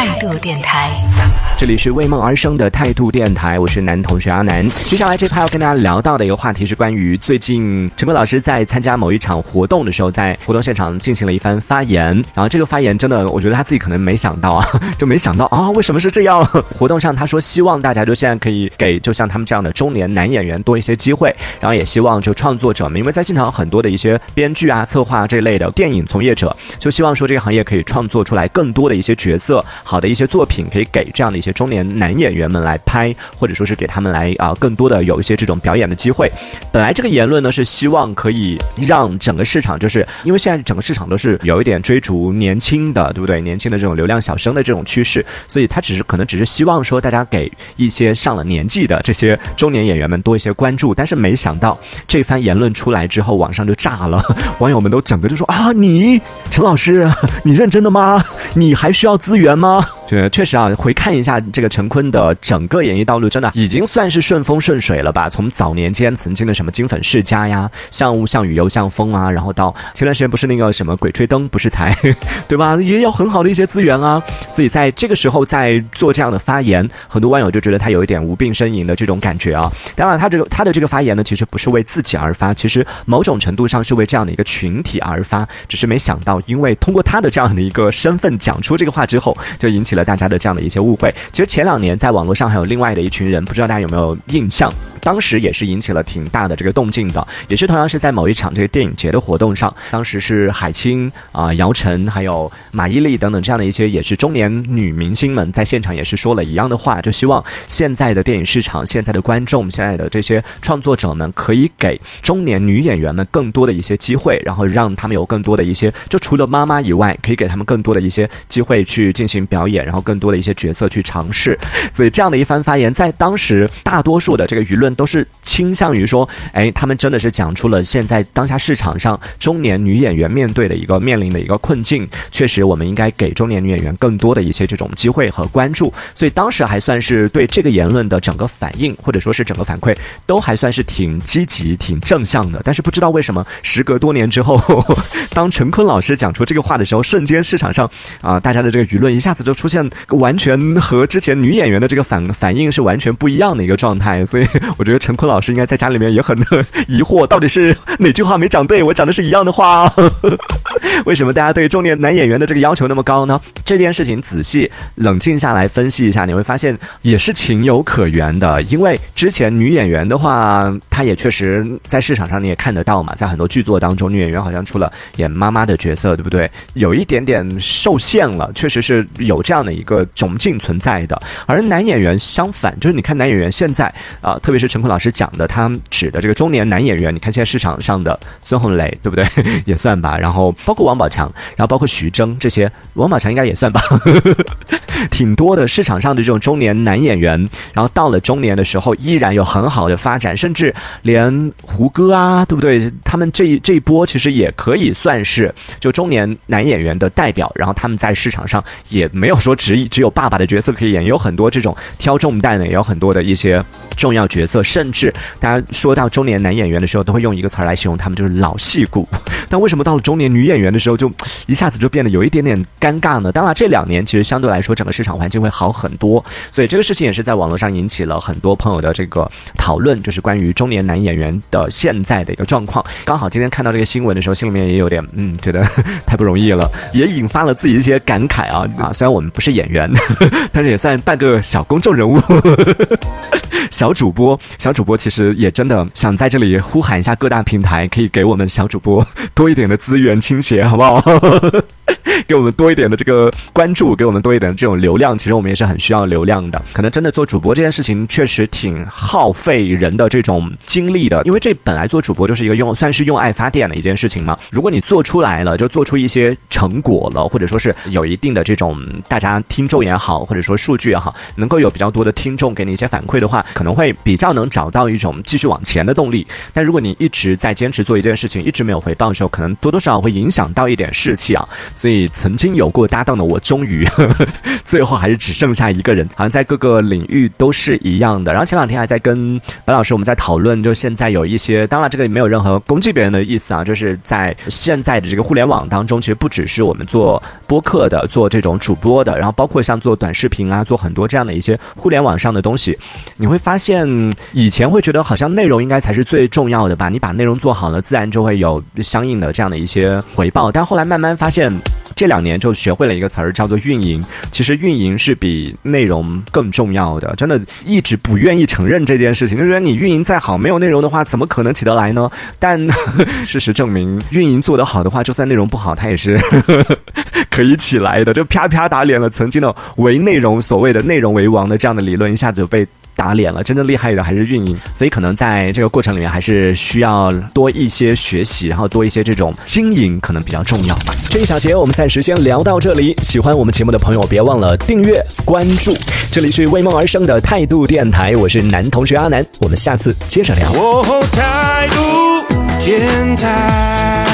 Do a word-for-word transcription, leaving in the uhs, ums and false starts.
态度电台， 这里是为梦而生的态度电台，我是男同学阿南。接下来这趴要跟大家聊到的一个话题是关于最近陈坤老师在参加某一场活动的时候，在活动现场进行了一番发言，然后这个发言真的我觉得他自己可能没想到啊，就没想到啊为什么是这样。活动上他说希望大家就现在可以给就像他们这样的中年男演员多一些机会，然后也希望就创作者们，因为在现场有很多的一些编剧啊策划这类的电影从业者，就希望说这个行业可以创作出来更多的一些角色，好的一些作品可以给这样的一些中年男演员们来拍，或者说是给他们来啊、呃、更多的有一些这种表演的机会。本来这个言论呢是希望可以让整个市场，就是因为现在整个市场都是有一点追逐年轻的，对不对？年轻的这种流量小生的这种趋势，所以他只是可能只是希望说大家给一些上了年纪的这些中年演员们多一些关注。但是没想到这番言论出来之后，网上就炸了，网友们都整个就说啊，你陈老师，你认真的吗？你还需要资源吗？这确实啊，回看一下这个陈坤的整个演艺道路，真的已经算是顺风顺水了吧？从早年间曾经的什么金粉世家呀、像雾像雨又像风啊，然后到前段时间不是那个什么鬼吹灯不是财，对吧？也有很好的一些资源啊。所以在这个时候在做这样的发言，很多网友就觉得他有一点无病呻吟的这种感觉啊。当然他这个他的这个发言呢，其实不是为自己而发，其实某种程度上是为这样的一个群体而发，只是没想到因为通过他的这样的一个身份讲出这个话之后，就引起了大家的这样的一些误会。其实前两年在网络上还有另外的一群人，不知道大家有没有印象，当时也是引起了挺大的这个动静的，也是同样是在某一场这个电影节的活动上，当时是海清啊、呃、姚晨还有马伊琍等等这样的一些也是中年女明星们在现场也是说了一样的话，就希望现在的电影市场、现在的观众、现在的这些创作者们可以给中年女演员们更多的一些机会，然后让他们有更多的一些，就除了妈妈以外，可以给他们更多的一些机会去进行表演，然后更多的一些角色去尝试。所以这样的一番发言，在当时大多数的这个舆论都是倾向于说，哎，他们真的是讲出了现在当下市场上中年女演员面对的一个面临的一个困境。确实，我们应该给中年女演员更多的一些这种机会和关注。所以当时还算是对这个言论的整个反应，或者说是整个反馈，都还算是挺积极、挺正向的。但是不知道为什么，时隔多年之后，当陈坤老师讲出这个话的时候，瞬间市场上啊、呃，大家的这个舆论一下子就出现完全和之前女演员的这个反反应是完全不一样的一个状态。所以我觉得陈坤老师应该在家里面也很疑惑，到底是哪句话没讲对，我讲的是一样的话。为什么大家对中年男演员的这个要求那么高呢？这件事情仔细冷静下来分析一下，你会发现也是情有可原的。因为之前女演员的话，她也确实在市场上你也看得到嘛，在很多剧作当中，女演员好像除了演妈妈的角色，对不对？有一点点受限了，确实是有这样的一个窘境存在的。而男演员相反，就是你看男演员现在啊、呃，特别是陈坤老师讲的，他指的这个中年男演员，你看现在市场上的孙红雷，对不对？也算吧。然后包括王宝强，然后包括徐峥这些，王宝强应该也算吧。挺多的市场上的这种中年男演员，然后到了中年的时候依然有很好的发展，甚至连胡歌啊，对不对？他们这一这一波其实也可以算是就中年男演员的代表，然后他们在市场上也没有说只只有爸爸的角色可以演，也有很多这种挑重担的，也有很多的一些重要角色，甚至大家说到中年男演员的时候，都会用一个词来形容他们，就是老戏骨。但为什么到了中年女演员的时候，就一下子就变得有一点点尴尬呢？当然，这两年其实相对来说整个市场环境会好很多，所以这个事情也是在网络上引起了很多朋友的这个讨论，就是关于中年男演员的现在的一个状况。刚好今天看到这个新闻的时候，心里面也有点嗯，觉得太不容易了，也引发了自己一些感慨啊啊！虽然我们不是演员，但是也算半个小公众人物。小主播，小主播其实也真的想在这里呼喊一下各大平台，可以给我们小主播多一点的资源倾斜，好不好？给我们多一点的这个关注，给我们多一点的这种流量，其实我们也是很需要流量的。可能真的做主播这件事情确实挺耗费人的这种精力的，因为这本来做主播就是一个用算是用爱发电的一件事情嘛。如果你做出来了，就做出一些成果了，或者说是有一定的这种大家听众也好，或者说数据也好，能够有比较多的听众给你一些反馈的话，可能会比较能找到一种继续往前的动力。但如果你一直在坚持做一件事情，一直没有回报的时候，可能多多少少会影响到一点士气啊。所以里曾经有过搭档的我，终于呵呵最后还是只剩下一个人，好像在各个领域都是一样的。然后前两天还在跟白老师我们在讨论，就现在有一些，当然这个没有任何攻击别人的意思啊，就是在现在的这个互联网当中，其实不只是我们做播客的，做这种主播的，然后包括像做短视频啊，做很多这样的一些互联网上的东西，你会发现以前会觉得好像内容应该才是最重要的吧，你把内容做好了，自然就会有相应的这样的一些回报。但后来慢慢发现，这两年就学会了一个词儿叫做运营，其实运营是比内容更重要的，真的一直不愿意承认这件事情，就是说你运营再好，没有内容的话怎么可能起得来呢？但事实证明，运营做得好的话，就算内容不好，它也是可以起来的，就啪啪打脸了曾经的唯内容，所谓的内容为王的这样的理论，一下子就被打脸了。真正厉害的还是运营，所以可能在这个过程里面还是需要多一些学习，然后多一些这种经营可能比较重要吧。这一小节我们暂时先聊到这里，喜欢我们节目的朋友别忘了订阅关注，这里是为梦而生的态度电台，我是男同学阿南，我们下次接着聊。哦，态度电台。